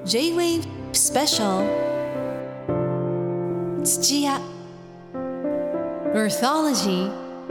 J-Wave Special 土屋 Earthology。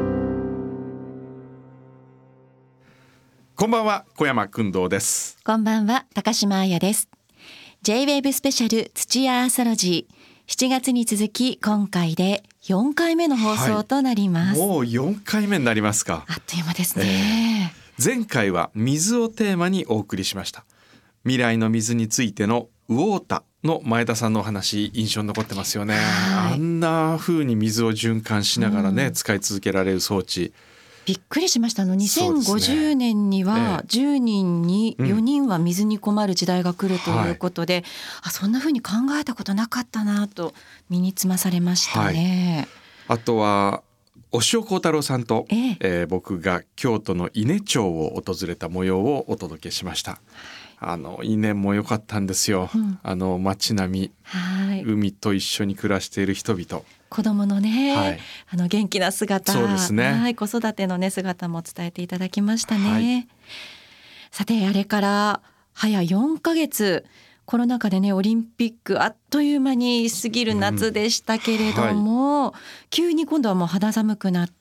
こんばんは、小山君堂です。 こんばんは、高島彩です。 J-Wave スペシャル土屋アーソロジー、7月に続き今回で4回目の放送となります、 もう4回目になりますか。 あっという間ですね、 前回は水をテーマにお送りしました。未来の水についてのウォータの前田さんのお話、印象に残ってますよね。あんな風に水を循環しながらね、使い続けられる装置、 びっくりしました。2050年には10人に4人は水に困る時代が来るということで、そんな風に考えたことなかったなと身につまされましたね、 あとは押尾幸太郎さんと、僕が京都の伊根町を訪れた模様をお届けしました。伊根も良かったんですよ、街並み、海と一緒に暮らしている人々、 子供のね、元気な姿、 そうですね、 子育てのね姿も伝えていただきましたね、さて、あれから早4ヶ月、コロナ禍でね、オリンピックあっという間に過ぎる夏でしたけれども、急に今度はもう肌寒くなって、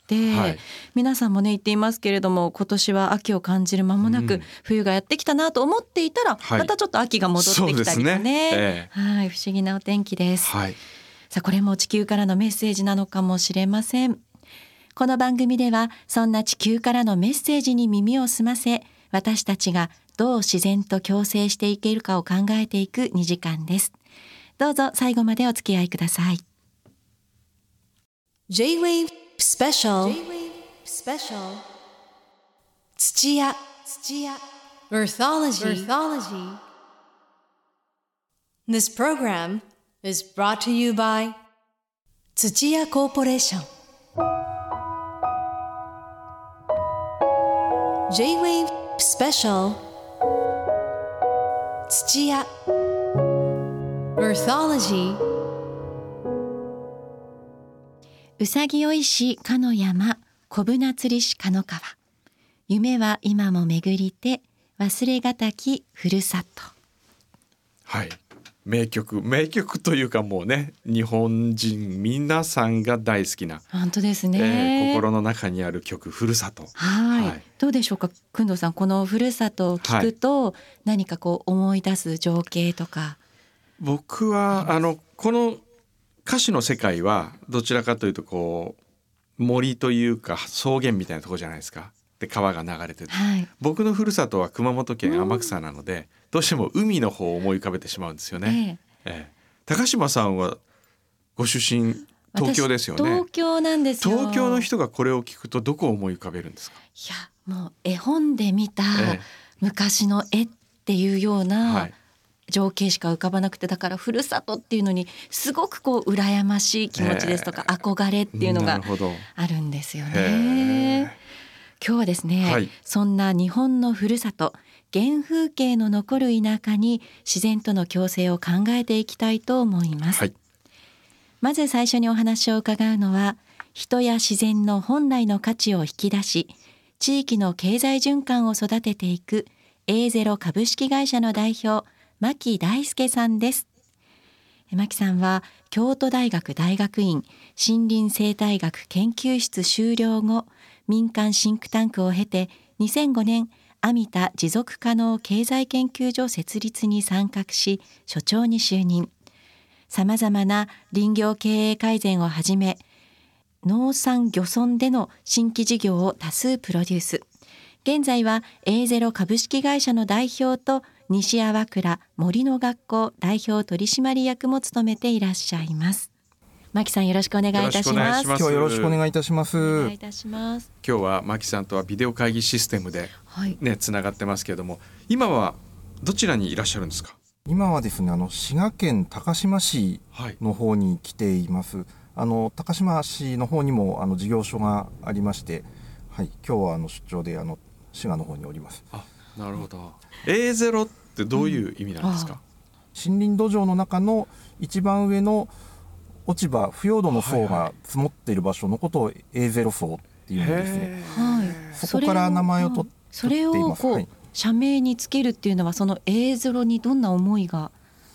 皆さんもね言っていますけれども、今年は秋を感じる間もなく、冬がやってきたなと思っていたら、またちょっと秋が戻ってきたりとね、不思議なお天気です、さあ、これも地球からのメッセージなのかもしれません。この番組ではそんな地球からのメッセージに耳を澄ませ、私たちがどう自然と共生していけるかを考えていく2時間です。どうぞ最後までお付き合いください。 J-Wave Special 土屋 Earthology。 This program is brought to you by 土屋コーポレーション。 J-Wave Special 土屋 Earthology。 うさぎ追いしかの山、小舟釣りしかの川、夢は今も巡りて忘れがたきふるさと。 名曲というか、もうね、日本人皆さんが大好きな、 本当ですね、 心の中にある曲、ふるさと。 どうでしょうか、工藤さん、このふるさとを聞くと、何かこう思い出す情景とか。 僕はこの歌詞の世界はどちらかというとこう森というか草原みたいなところじゃないですか。で、川が流れてる、僕のふるさとは熊本県天草なので、どうしても海の方を思い浮かべてしまうんですよね、高島さんはご出身東京ですよね。 東京なんですよ。 東京の人がこれを聞くとどこを思い浮かべるんですか。 いや、もう絵本で見た昔の絵っていうような情景しか浮かばなくて、だからふるさとっていうのにすごくこう羨ましい気持ちですとか、憧れっていうのがあるんですよね。今日はですね、そんな日本のふるさと、原風景の残る田舎に自然との共生を考えていきたいと思います、まず最初にお話を伺うのは、人や自然の本来の価値を引き出し、地域の経済循環を育てていく A0 株式会社の代表、牧大輔さんです。牧さんは京都大学大学院森林生態学研究室修了後、民間シンクタンクを経て2005年アミタ持続可能経済研究所設立に参画し、所長に就任。さまざまな林業経営改善をはじめ、農産漁村での新規事業を多数プロデュース。現在は A0 株式会社の代表と西粟倉森の学校代表取締役も務めていらっしゃいます。牧さん、よろしくお願いいたします。 今日はよろしくお願いいたします。 お願いいたします。 今日は牧さんとはビデオ会議システムでつながってますけれども、今はどちらにいらっしゃるんですか。 今はですね、滋賀県高島市の方に来ています、高島市の方にも事業所がありまして、今日は出張で滋賀の方におります。 なるほど。 A0 ってどういう意味なんですか。 森林土壌の中の一番上の落ち葉、腐葉土の層が積もっている場所のことを A0 層っていうんですね。そこから名前を取っています。 それをこう、社名につけるっていうのは、その A0 にどんな思いが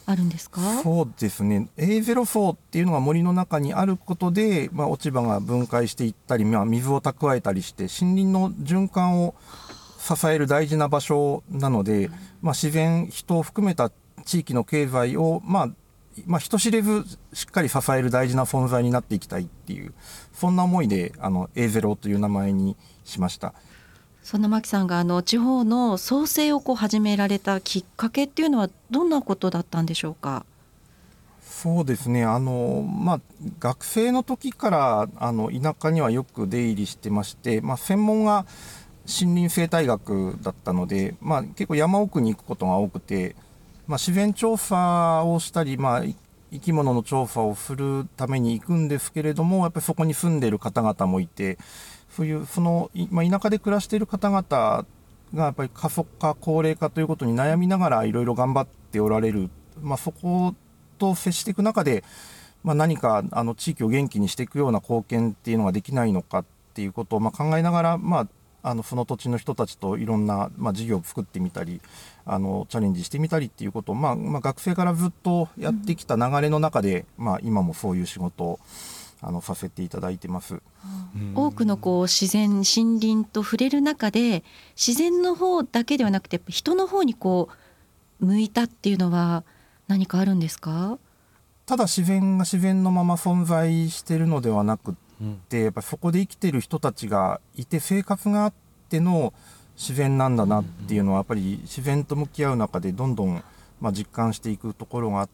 あるんですか？ そうですね、 A0 層っていうのが森の中にあることで、落ち葉が分解していったり、水を蓄えたりして森林の循環を支える大事な場所なので、自然人を含めた地域の経済を人知れずしっかり支える大事な存在になっていきたいっていう、そんな思いでA0 という名前にしました。 そんな牧さんが地方の創生を始められたきっかけっていうのはどんなことだったんでしょうか？ そうですね、学生の時から田舎にはよく出入りしてまして、専門が森林生態学だったので、結構山奥に行くことが多くて、自然調査をしたり、生き物の調査をするために行くんですけれども、やっぱりそこに住んでいる方々もいて、そういう田舎で暮らしている方々がやっぱり過疎化高齢化ということに悩みながらいろいろ頑張っておられる、そこと接していく中で、何か地域を元気にしていくような貢献っていうのができないのかっていうことを考えながら、その土地の人たちといろんな、事業を作ってみたりチャレンジしてみたりっていうことを、学生からずっとやってきた流れの中で、今もそういう仕事をさせていただいてます。 多くの自然森林と触れる中で、自然の方だけではなくて人の方に向いたっていうのは何かあるんですか？ ただ自然が自然のまま存在しているのではなくて、やっぱりそこで生きている人たちがいて生活があっての自然なんだなっていうのは、やっぱり自然と向き合う中でどんどん実感していくところがあって、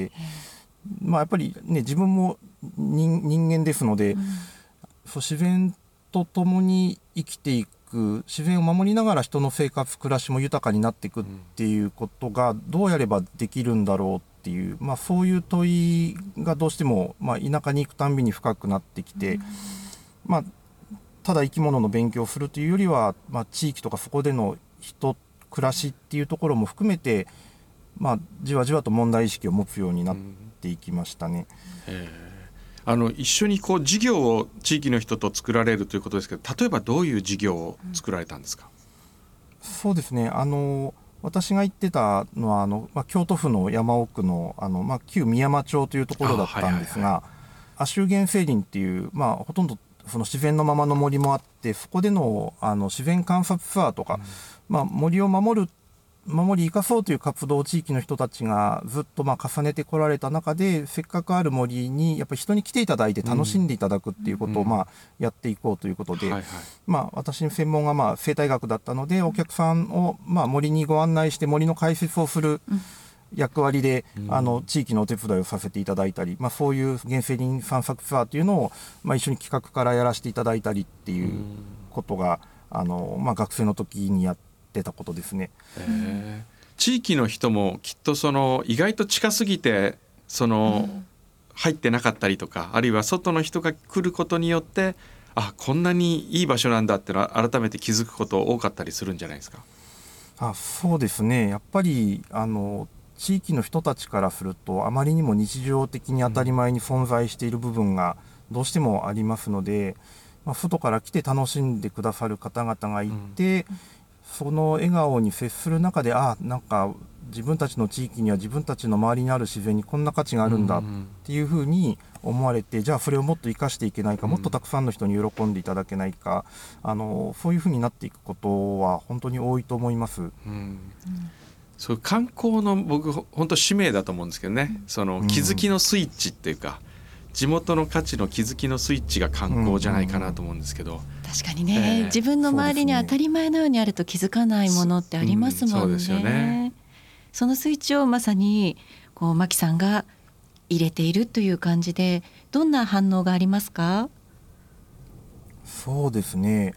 やっぱりね、自分も人間ですので、自然と共に生きていく、自然を守りながら人の生活暮らしも豊かになっていくっていうことがどうやればできるんだろうっていう、そういう問いがどうしても、田舎に行くたんびに深くなってきて、ただ生き物の勉強をするというよりは、地域とかそこでの人暮らしっていうところも含めて、じわじわと問題意識を持つようになっていきましたね。 一緒に事業を地域の人と作られるということですけど、例えばどういう事業を作られたんですか？ そうですね、私が行ってたのは京都府の山奥の旧美山町というところだったんですが、亜州原生林っていう、ほとんどその自然のままの森もあって、そこでの自然観察ツアーとか、森を守り生かそうという活動を地域の人たちがずっと重ねてこられた中で、せっかくある森にやっぱり人に来ていただいて楽しんでいただくっていうことをやっていこうということで、私の専門が生態学だったので、お客さんを森にご案内して森の解説をする役割で地域のお手伝いをさせていただいたり、そういう原生林散策ツアーというのを一緒に企画からやらせていただいたりっていうことが学生の時にやってたことですね。 地域の人もきっと意外と近すぎて入ってなかったりとか、あるいは外の人が来ることによって、こんなにいい場所なんだってのは改めて気づくこと多かったりするんじゃないですか？ そうですね、やっぱり地域の人たちからするとあまりにも日常的に当たり前に存在している部分がどうしてもありますので、外から来て楽しんでくださる方々がいて、その笑顔に接する中で、なんか自分たちの地域には自分たちの周りにある自然にこんな価値があるんだっていうふうに思われて、じゃあそれをもっと生かしていけないか、もっとたくさんの人に喜んでいただけないか、そういうふうになっていくことは本当に多いと思います。 そういう観光の僕本当使命だと思うんですけどね、その気づきのスイッチっていうか、地元の価値の気づきのスイッチが観光じゃないかなと思うんですけど、 確かにね、自分の周りに当たり前のようにあると気づかないものってありますもんね。 そうですよね。 そのスイッチをまさに牧さんが入れているという感じで、どんな反応がありますか？ そうですね、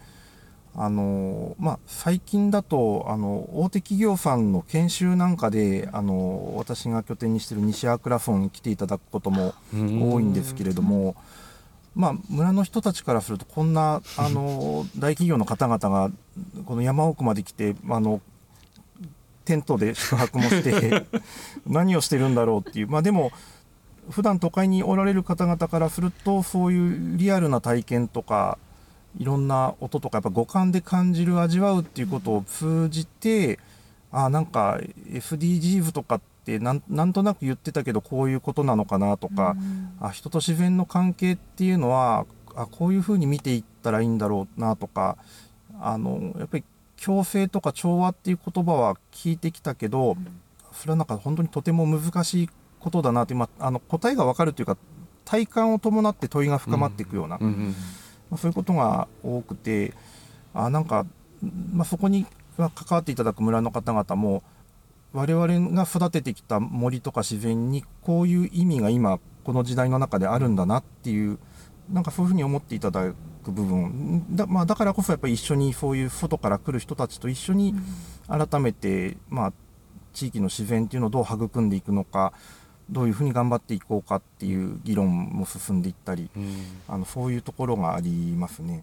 最近だと大手企業さんの研修なんかで私が拠点にしている西粟倉村に来ていただくことも多いんですけれども、村の人たちからするとこんな大企業の方々がこの山奥まで来てテントで宿泊もして何をしてるんだろうっていう、でも普段都会におられる方々からすると、そういうリアルな体験とかいろんな音とかやっぱ五感で感じる味わうっていうことを通じてなんか SDGs とかってなんとなく言ってたけどこういうことなのかなとか、人と自然の関係っていうのはこういうふうに見ていったらいいんだろうなとか、やっぱり共生とか調和っていう言葉は聞いてきたけど、それはなんか本当にとても難しいことだなって、答えが分かるというか体感を伴って問いが深まっていくような、そういうことが多くて、なんか、そこに関わっていただく村の方々も我々が育ててきた森とか自然にこういう意味が今この時代の中であるんだなっていう、なんかそういうふうに思っていただく部分だからこそやっぱり一緒にそういう外から来る人たちと一緒に改めて、地域の自然っていうのをどう育んでいくのか、どういうふうに頑張っていこうかっていう議論も進んでいったり、そういうところがありますね。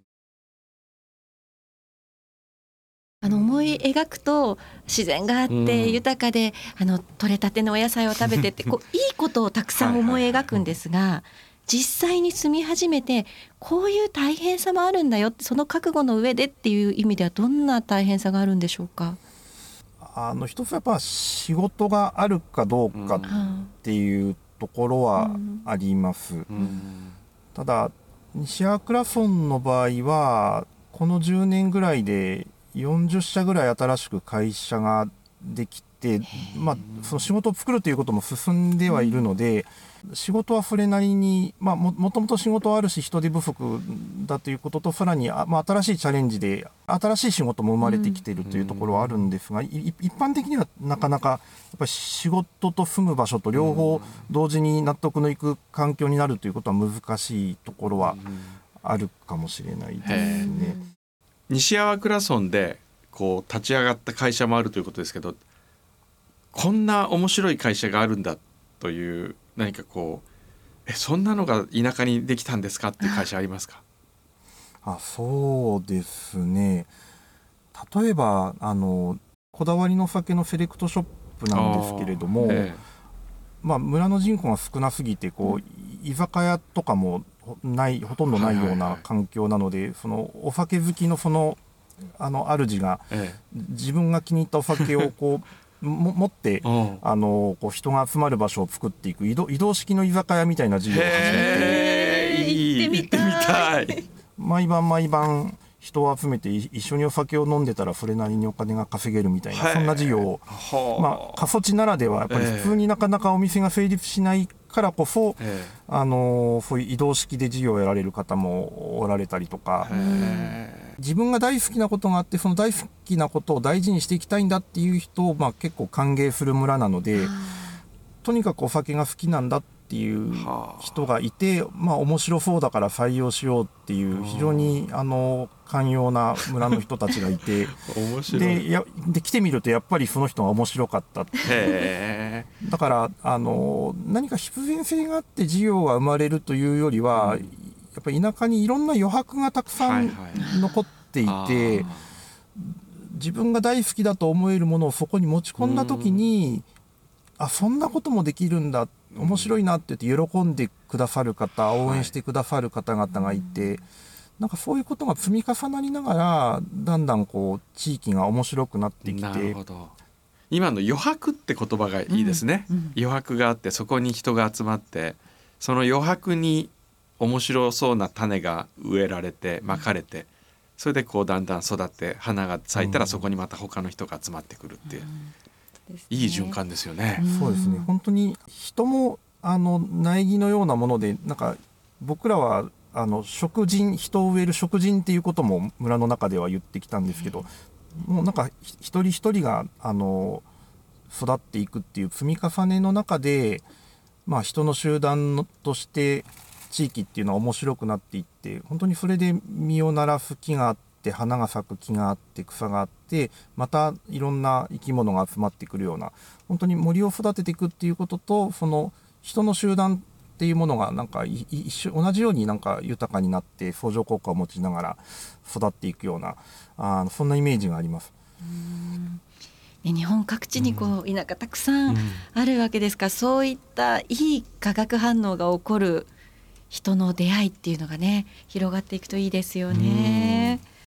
思い描くと自然があって豊かで、採れたてのお野菜を食べてっていいことをたくさん思い描くんですが、実際に住み始めてこういう大変さもあるんだよって、その覚悟の上でっていう意味ではどんな大変さがあるんでしょうか。 一つやっぱ仕事があるかどうかっていうところはあります。ただ西粟倉村の場合はこの10年ぐらいで40社ぐらい新しく会社ができて、その仕事を作るということも進んではいるので、仕事はそれなりに、もともと仕事はあるし人手不足だということと、さらに、新しいチャレンジで新しい仕事も生まれてきているというところはあるんですが、一般的にはなかなかやっぱり仕事と住む場所と両方同時に納得のいく環境になるということは難しいところはあるかもしれないですね。 西粟倉村でこう立ち上がった会社もあるということですけど、こんな面白い会社があるんだという、何かこうそんなのが田舎にできたんですかっていう会社ありますか？ そうですね、例えばこだわりの酒のセレクトショップなんですけれども、村の人口が少なすぎて居酒屋とかもほとんどないような環境なので、そのお酒好きの主が自分が気に入ったお酒を持って人が集まる場所を作っていく移動式の居酒屋みたいな事業を始めて、 行ってみたい。 毎晩人を集めて一緒にお酒を飲んでたらそれなりにお金が稼げるみたいな、そんな事業を、過疎地ならではやっぱり普通になかなかお店が成立しないからこそ、そういう移動式で事業をやられる方もおられたりとか、自分が大好きなことがあって、その大好きなことを大事にしていきたいんだっていう人を結構歓迎する村なので、とにかくお酒が好きなんだっていう人がいて、面白そうだから採用しようっていう非常に寛容な村の人たちがいて面白い。 で来てみるとやっぱりその人が面白かっただから何か必然性があって事業が生まれるというよりは、やっぱり田舎にいろんな余白がたくさん残っていて、自分が大好きだと思えるものをそこに持ち込んだ時に、そんなこともできるんだ、面白いなって言って喜んでくださる方、応援してくださる方々がいて、なんかそういうことが積み重なりながらだんだん地域が面白くなってきて。 なるほど。今の余白って言葉がいいですね、余白があってそこに人が集まって、その余白に面白そうな種が植えられてまかれて、それでだんだん育って花が咲いたらそこにまた他の人が集まってくるっていう、いい循環ですよね。 そうですね、本当に人も苗木のようなもので、なんか僕らは人を植える植人っていうことも村の中では言ってきたんですけど、もうなんか一人一人が育っていくっていう積み重ねの中で、人の集団として地域っていうのは面白くなっていって、本当にそれで実をならす木があって、花が咲く木があって、草があって、またいろんな生き物が集まってくるような、本当に森を育てていくっていうことと、その人の集団っていうものがなんか同じようになんか豊かになって相乗効果を持ちながら育っていくような、そんなイメージがあります。 日本各地に田舎たくさんあるわけですから、そういったいい化学反応が起こる人の出会いっていうのがね、広がっていくといいですよね。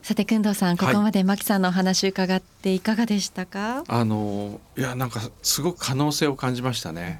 さて工藤さん、ここまで牧さんのお話伺っていかがでしたか？ いや、なんかすごく可能性を感じましたね。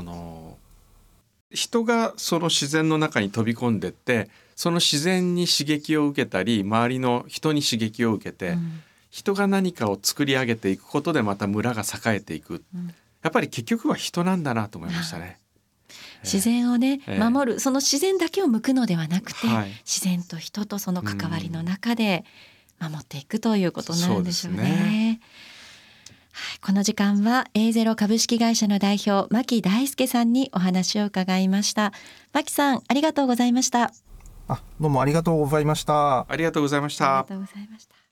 人がその自然の中に飛び込んでって、その自然に刺激を受けたり、周りの人に刺激を受けて、人が何かを作り上げていくことでまた村が栄えていく、やっぱり結局は人なんだなと思いましたね。 自然をね、守る、その自然だけを向くのではなくて、自然と人とその関わりの中で守っていくということなんでしょうね。この時間は A0 株式会社の代表牧大輔さんにお話を伺いました。牧さん、ありがとうございました。 どうもありがとうございました。 ありがとうございました。 ありがとうございました。